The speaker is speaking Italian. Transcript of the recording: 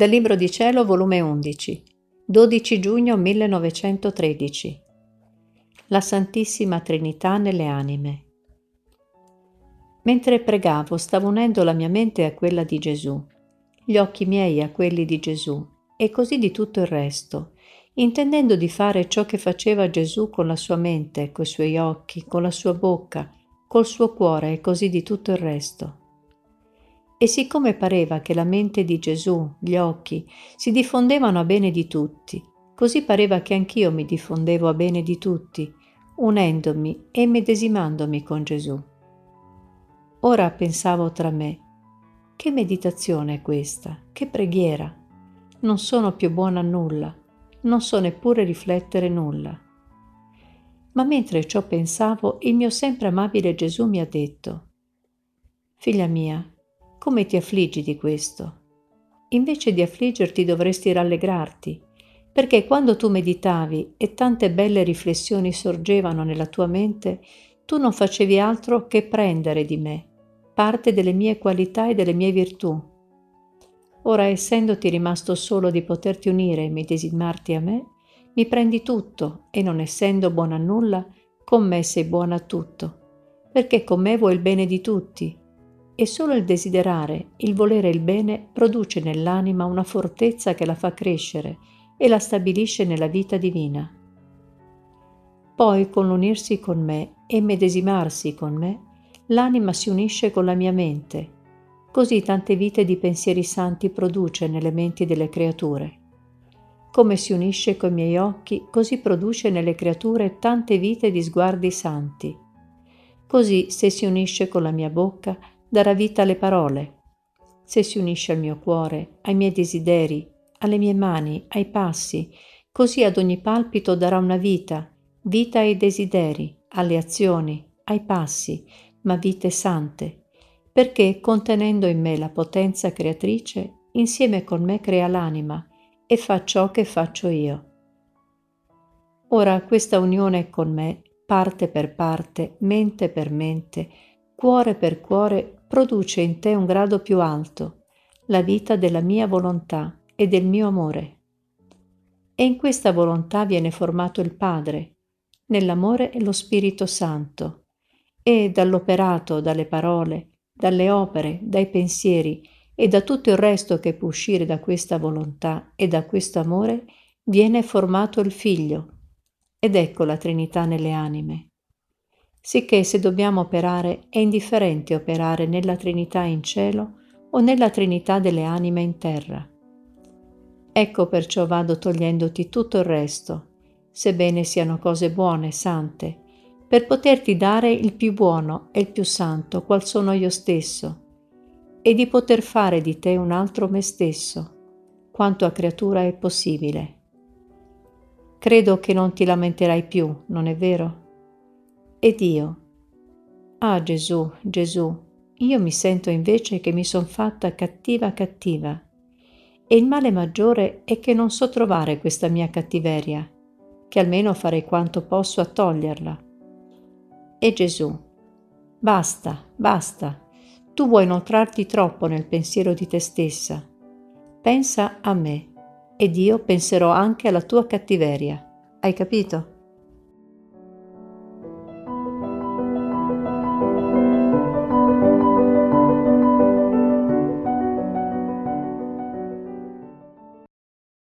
Dal Libro di Cielo, volume 11, 12 giugno 1913. La Santissima Trinità nelle anime. Mentre pregavo, stavo unendo la mia mente a quella di Gesù, gli occhi miei a quelli di Gesù, e così di tutto il resto, intendendo di fare ciò che faceva Gesù con la sua mente, coi suoi occhi, con la sua bocca, col suo cuore e così di tutto il resto. E siccome pareva che la mente di Gesù, gli occhi, si diffondevano a bene di tutti, così pareva che anch'io mi diffondevo a bene di tutti, unendomi e medesimandomi con Gesù. Ora pensavo tra me, che meditazione è questa? Che preghiera? Non sono più buona a nulla, non so neppure riflettere nulla. Ma mentre ciò pensavo, il mio sempre amabile Gesù mi ha detto: «Figlia mia, come ti affliggi di questo? Invece di affliggerti dovresti rallegrarti, perché quando tu meditavi e tante belle riflessioni sorgevano nella tua mente, tu non facevi altro che prendere di me parte delle mie qualità e delle mie virtù. Ora, essendoti rimasto solo di poterti unire e medesimarti a me, mi prendi tutto e non essendo buona a nulla, con me sei buona a tutto, perché con me vuoi il bene di tutti. E solo il desiderare, il volere il bene produce nell'anima una fortezza che la fa crescere e la stabilisce nella vita divina. Poi, con l'unirsi con me e medesimarsi con me, l'anima si unisce con la mia mente. Così tante vite di pensieri santi produce nelle menti delle creature. Come si unisce coi miei occhi, così produce nelle creature tante vite di sguardi santi. Così, se si unisce con la mia bocca, darà vita alle parole. Se si unisce al mio cuore, ai miei desideri, alle mie mani, ai passi, così ad ogni palpito darà una vita ai desideri, alle azioni, ai passi, ma vite sante, perché contenendo in me la potenza creatrice, insieme con me crea l'anima e fa ciò che faccio io. Ora questa unione con me, parte per parte, mente per mente, cuore per cuore, produce in te un grado più alto, la vita della mia volontà e del mio amore. E in questa volontà viene formato il Padre, nell'amore lo Spirito Santo, e dall'operato, dalle parole, dalle opere, dai pensieri e da tutto il resto che può uscire da questa volontà e da questo amore, viene formato il Figlio. Ed ecco la Trinità nelle anime. Sicché se dobbiamo operare, è indifferente operare nella Trinità in cielo o nella Trinità delle anime in terra. Ecco perciò vado togliendoti tutto il resto, sebbene siano cose buone, sante, per poterti dare il più buono e il più santo, qual sono io stesso, e di poter fare di te un altro me stesso, quanto a creatura è possibile. Credo che non ti lamenterai più, non è vero? Ed io? Ah Gesù, Gesù, io mi sento invece che mi son fatta cattiva cattiva, e il male maggiore è che non so trovare questa mia cattiveria, che almeno farei quanto posso a toglierla. E Gesù: basta, basta, tu vuoi inoltrarti troppo nel pensiero di te stessa. Pensa a me, ed io penserò anche alla tua cattiveria. Hai capito?